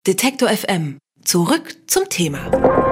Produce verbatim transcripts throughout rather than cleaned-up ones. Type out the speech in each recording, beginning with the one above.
Detektor F M. Zurück zum Thema.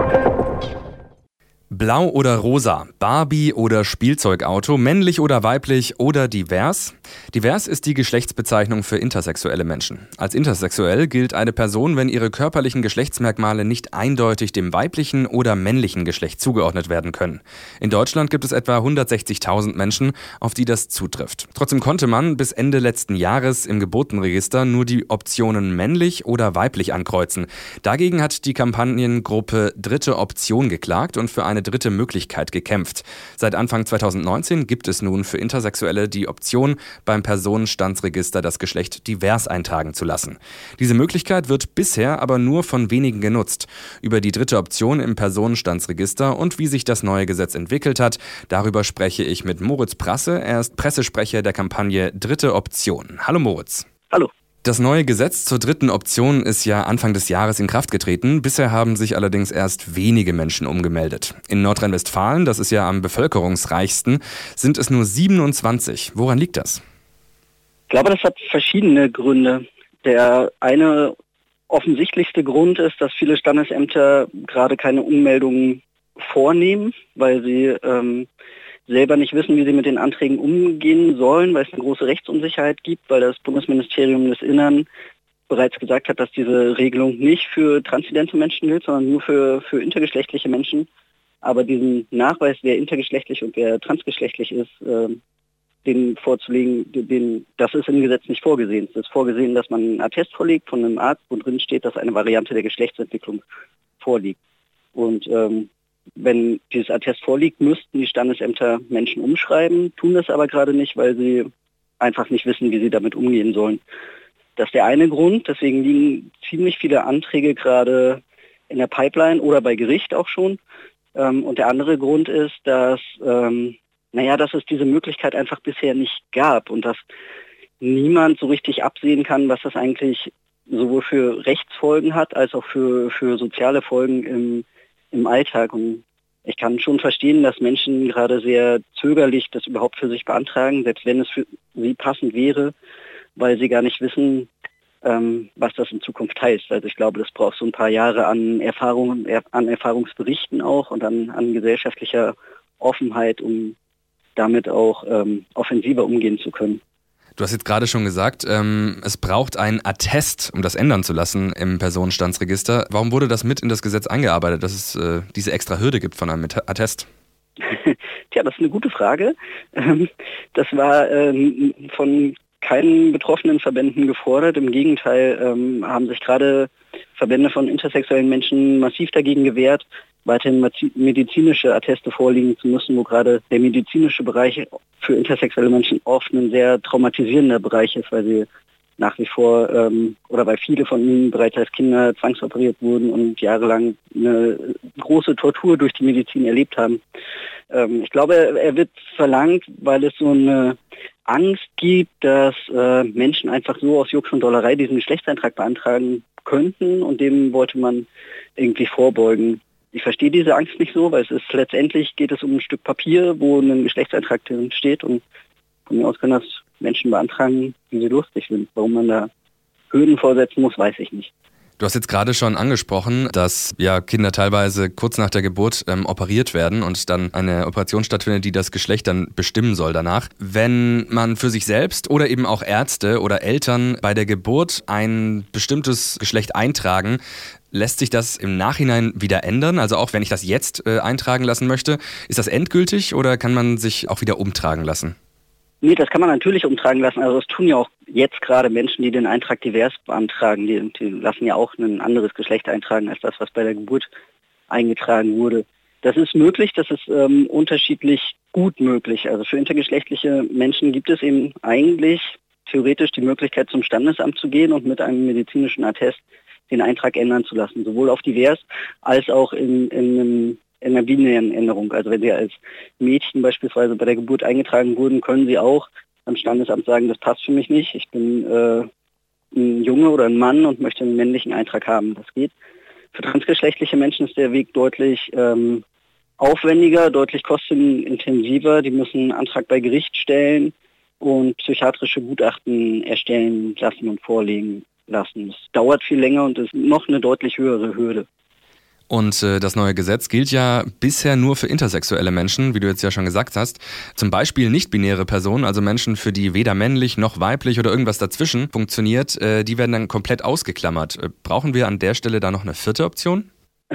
Blau oder rosa, Barbie oder Spielzeugauto, männlich oder weiblich oder divers? Divers ist die Geschlechtsbezeichnung für intersexuelle Menschen. Als intersexuell gilt eine Person, wenn ihre körperlichen Geschlechtsmerkmale nicht eindeutig dem weiblichen oder männlichen Geschlecht zugeordnet werden können. In Deutschland gibt es etwa hundertsechzigtausend Menschen, auf die das zutrifft. Trotzdem konnte man bis Ende letzten Jahres im Geburtenregister nur die Optionen männlich oder weiblich ankreuzen. Dagegen hat die Kampagnengruppe Dritte Option geklagt und für eine dritte Möglichkeit gekämpft. Seit Anfang zweitausendneunzehn gibt es nun für Intersexuelle die Option, beim Personenstandsregister das Geschlecht divers eintragen zu lassen. Diese Möglichkeit wird bisher aber nur von wenigen genutzt. Über die dritte Option im Personenstandsregister und wie sich das neue Gesetz entwickelt hat, darüber spreche ich mit Moritz Prasse. Er ist Pressesprecher der Kampagne Dritte Option. Hallo Moritz. Hallo. Das neue Gesetz zur dritten Option ist ja Anfang des Jahres in Kraft getreten. Bisher haben sich allerdings erst wenige Menschen umgemeldet. In Nordrhein-Westfalen, das ist ja am bevölkerungsreichsten, sind es nur siebenundzwanzig. Woran liegt das? Ich glaube, das hat verschiedene Gründe. Der eine offensichtlichste Grund ist, dass viele Standesämter gerade keine Ummeldungen vornehmen, weil sie ähm, selber nicht wissen, wie sie mit den Anträgen umgehen sollen, weil es eine große Rechtsunsicherheit gibt, weil das Bundesministerium des Innern bereits gesagt hat, dass diese Regelung nicht für transidente Menschen gilt, sondern nur für, für intergeschlechtliche Menschen. Aber diesen Nachweis, wer intergeschlechtlich und wer transgeschlechtlich ist, äh, den vorzulegen, den, das ist im Gesetz nicht vorgesehen. Es ist vorgesehen, dass man einen Attest vorlegt von einem Arzt, wo drin steht, dass eine Variante der Geschlechtsentwicklung vorliegt. Und ähm, wenn dieses Attest vorliegt, müssten die Standesämter Menschen umschreiben, tun das aber gerade nicht, weil sie einfach nicht wissen, wie sie damit umgehen sollen. Das ist der eine Grund, deswegen liegen ziemlich viele Anträge gerade in der Pipeline oder bei Gericht auch schon. Und der andere Grund ist, dass, ähm, naja, dass es diese Möglichkeit einfach bisher nicht gab und dass niemand so richtig absehen kann, was das eigentlich sowohl für Rechtsfolgen hat, als auch für, für soziale Folgen im im Alltag. Und ich kann schon verstehen, dass Menschen gerade sehr zögerlich das überhaupt für sich beantragen, selbst wenn es für sie passend wäre, weil sie gar nicht wissen, ähm, was das in Zukunft heißt. Also ich glaube, das braucht so ein paar Jahre an Erfahrungen, an Erfahrungsberichten auch und an, an gesellschaftlicher Offenheit, um damit auch ähm, offensiver umgehen zu können. Du hast jetzt gerade schon gesagt, ähm, es braucht ein Attest, um das ändern zu lassen im Personenstandsregister. Warum wurde das mit in das Gesetz eingearbeitet, dass es äh, diese extra Hürde gibt von einem Attest? Tja, das ist eine gute Frage. Ähm, das war ähm, von keinen betroffenen Verbänden gefordert. Im Gegenteil ähm, haben sich gerade Verbände von intersexuellen Menschen massiv dagegen gewehrt, weiterhin medizinische Atteste vorliegen zu müssen, wo gerade der medizinische Bereich für intersexuelle Menschen oft ein sehr traumatisierender Bereich ist, weil sie nach wie vor ähm, oder weil viele von ihnen bereits als Kinder zwangsoperiert wurden und jahrelang eine große Tortur durch die Medizin erlebt haben. Ähm, ich glaube, er wird verlangt, weil es so eine Angst gibt, dass äh, Menschen einfach so aus Jux und Dollerei diesen Geschlechtseintrag beantragen könnten und dem wollte man irgendwie vorbeugen. Ich verstehe diese Angst nicht so, weil es ist letztendlich geht es um ein Stück Papier, wo ein Geschlechtseintrag drin steht und von mir aus können das Menschen beantragen, wie sie lustig sind. Warum man da Hürden vorsetzen muss, weiß ich nicht. Du hast jetzt gerade schon angesprochen, dass ja Kinder teilweise kurz nach der Geburt ähm, operiert werden und dann eine Operation stattfindet, die das Geschlecht dann bestimmen soll danach. Wenn man für sich selbst oder eben auch Ärzte oder Eltern bei der Geburt ein bestimmtes Geschlecht eintragen, lässt sich das im Nachhinein wieder ändern? Also auch wenn ich das jetzt äh, eintragen lassen möchte, ist das endgültig oder kann man sich auch wieder umtragen lassen? Nee, das kann man natürlich umtragen lassen. Also das tun ja auch jetzt gerade Menschen, die den Eintrag divers beantragen. Die, die lassen ja auch ein anderes Geschlecht eintragen als das, was bei der Geburt eingetragen wurde. Das ist möglich, das ist ähm, unterschiedlich gut möglich. Also für intergeschlechtliche Menschen gibt es eben eigentlich theoretisch die Möglichkeit, zum Standesamt zu gehen und mit einem medizinischen Attest den Eintrag ändern zu lassen. Sowohl auf divers als auch in, in einem in einer binären Änderung. Also wenn Sie als Mädchen beispielsweise bei der Geburt eingetragen wurden, können Sie auch am Standesamt sagen, das passt für mich nicht. Ich bin äh, ein Junge oder ein Mann und möchte einen männlichen Eintrag haben. Das geht. Für transgeschlechtliche Menschen ist der Weg deutlich ähm, aufwendiger, deutlich kostenintensiver. Die müssen einen Antrag bei Gericht stellen und psychiatrische Gutachten erstellen lassen und vorlegen. lassen. Es dauert viel länger und ist noch eine deutlich höhere Hürde. Und äh, das neue Gesetz gilt ja bisher nur für intersexuelle Menschen, wie du jetzt ja schon gesagt hast. Zum Beispiel nicht-binäre Personen, also Menschen, für die weder männlich noch weiblich oder irgendwas dazwischen funktioniert, äh, die werden dann komplett ausgeklammert. Äh, brauchen wir an der Stelle da noch eine vierte Option?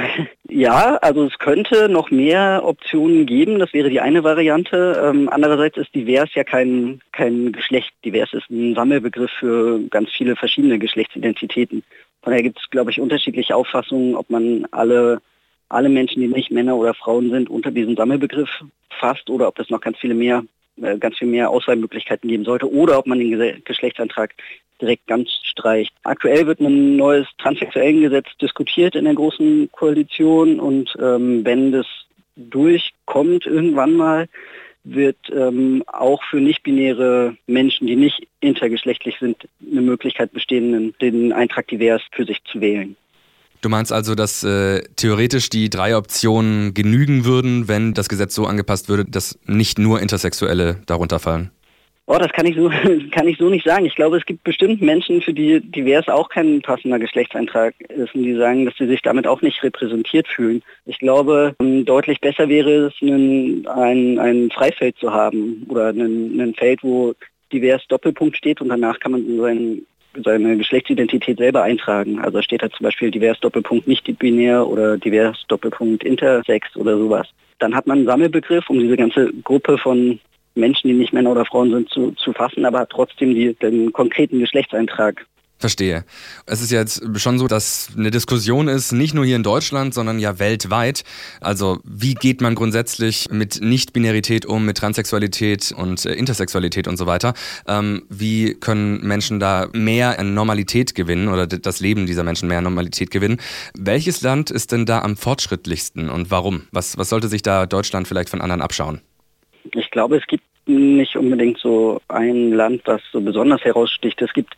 Ja, also es könnte noch mehr Optionen geben, das wäre die eine Variante. Ähm, andererseits ist divers ja kein, kein Geschlecht. Divers ist ein Sammelbegriff für ganz viele verschiedene Geschlechtsidentitäten. Von daher gibt es, glaube ich, unterschiedliche Auffassungen, ob man alle, alle Menschen, die nicht Männer oder Frauen sind, unter diesen Sammelbegriff fasst oder ob das noch ganz viele mehr, äh, ganz viel mehr Auswahlmöglichkeiten geben sollte oder ob man den Ge- Geschlechtsantrag direkt ganz streicht. Aktuell wird ein neues Transsexuellengesetz diskutiert in der Großen Koalition und ähm, wenn das durchkommt irgendwann mal, wird ähm, auch für nicht-binäre Menschen, die nicht intergeschlechtlich sind, eine Möglichkeit bestehen, den Eintrag divers für sich zu wählen. Du meinst also, dass äh, theoretisch die drei Optionen genügen würden, wenn das Gesetz so angepasst würde, dass nicht nur Intersexuelle darunter fallen? Oh, das kann ich so kann ich so nicht sagen. Ich glaube, es gibt bestimmt Menschen, für die divers auch kein passender Geschlechtseintrag ist und die sagen, dass sie sich damit auch nicht repräsentiert fühlen. Ich glaube, deutlich besser wäre es, einen, ein, ein Freifeld zu haben oder ein, ein Feld, wo divers Doppelpunkt steht und danach kann man sein, seine Geschlechtsidentität selber eintragen. Also steht da zum Beispiel divers Doppelpunkt nicht binär oder divers Doppelpunkt intersex oder sowas. Dann hat man einen Sammelbegriff, um diese ganze Gruppe von Menschen, die nicht Männer oder Frauen sind, zu, zu fassen, aber trotzdem die, den konkreten Geschlechtseintrag. Verstehe. Es ist jetzt schon so, dass eine Diskussion ist, nicht nur hier in Deutschland, sondern ja weltweit. Also wie geht man grundsätzlich mit Nicht-Binarität um, mit Transsexualität und äh, Intersexualität und so weiter? Ähm, wie können Menschen da mehr an Normalität gewinnen oder d- das Leben dieser Menschen mehr an Normalität gewinnen? Welches Land ist denn da am fortschrittlichsten und warum? Was, was sollte sich da Deutschland vielleicht von anderen abschauen? Ich glaube, es gibt nicht unbedingt so ein Land, das so besonders heraussticht. Es gibt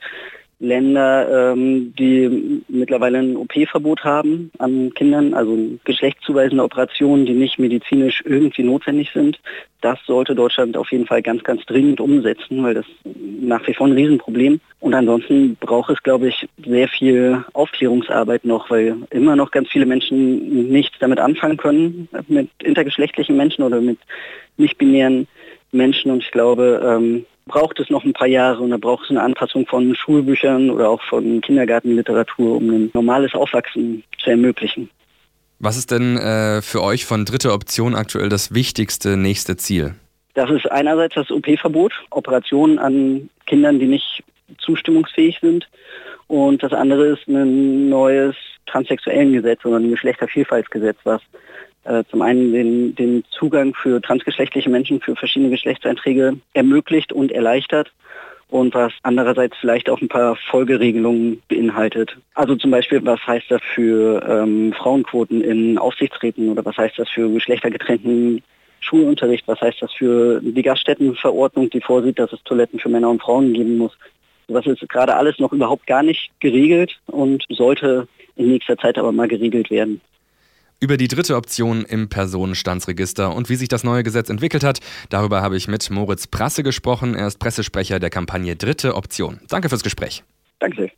Länder, ähm, die mittlerweile ein O P-Verbot haben an Kindern, also geschlechtszuweisende Operationen, die nicht medizinisch irgendwie notwendig sind. Das sollte Deutschland auf jeden Fall ganz, ganz dringend umsetzen, weil das nach wie vor ein Riesenproblem. Und ansonsten braucht es, glaube ich, sehr viel Aufklärungsarbeit noch, weil immer noch ganz viele Menschen nichts damit anfangen können, mit intergeschlechtlichen Menschen oder mit nicht-binären Menschen. Und ich glaube, ähm, braucht es noch ein paar Jahre und da braucht es eine Anpassung von Schulbüchern oder auch von Kindergartenliteratur, um ein normales Aufwachsen zu ermöglichen. Was ist denn äh, für euch von dritter Option aktuell das wichtigste nächste Ziel? Das ist einerseits das O P-Verbot, Operationen an Kindern, die nicht zustimmungsfähig sind. Und das andere ist ein neues Transsexuellengesetz oder ein Geschlechtervielfaltsgesetz, was äh, zum einen den, den Zugang für transgeschlechtliche Menschen für verschiedene Geschlechtseinträge ermöglicht und erleichtert und was andererseits vielleicht auch ein paar Folgeregelungen beinhaltet. Also zum Beispiel, was heißt das für ähm, Frauenquoten in Aufsichtsräten oder was heißt das für geschlechtergetrennten Schulunterricht, was heißt das für die Gaststättenverordnung, die vorsieht, dass es Toiletten für Männer und Frauen geben muss. Das ist gerade alles noch überhaupt gar nicht geregelt und sollte in nächster Zeit aber mal geregelt werden. Über die dritte Option im Personenstandsregister und wie sich das neue Gesetz entwickelt hat, darüber habe ich mit Moritz Prasse gesprochen. Er ist Pressesprecher der Kampagne Dritte Option. Danke fürs Gespräch. Danke sehr.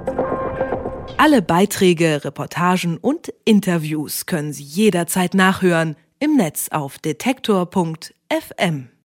Alle Beiträge, Reportagen und Interviews können Sie jederzeit nachhören im Netz auf detektor punkt f m.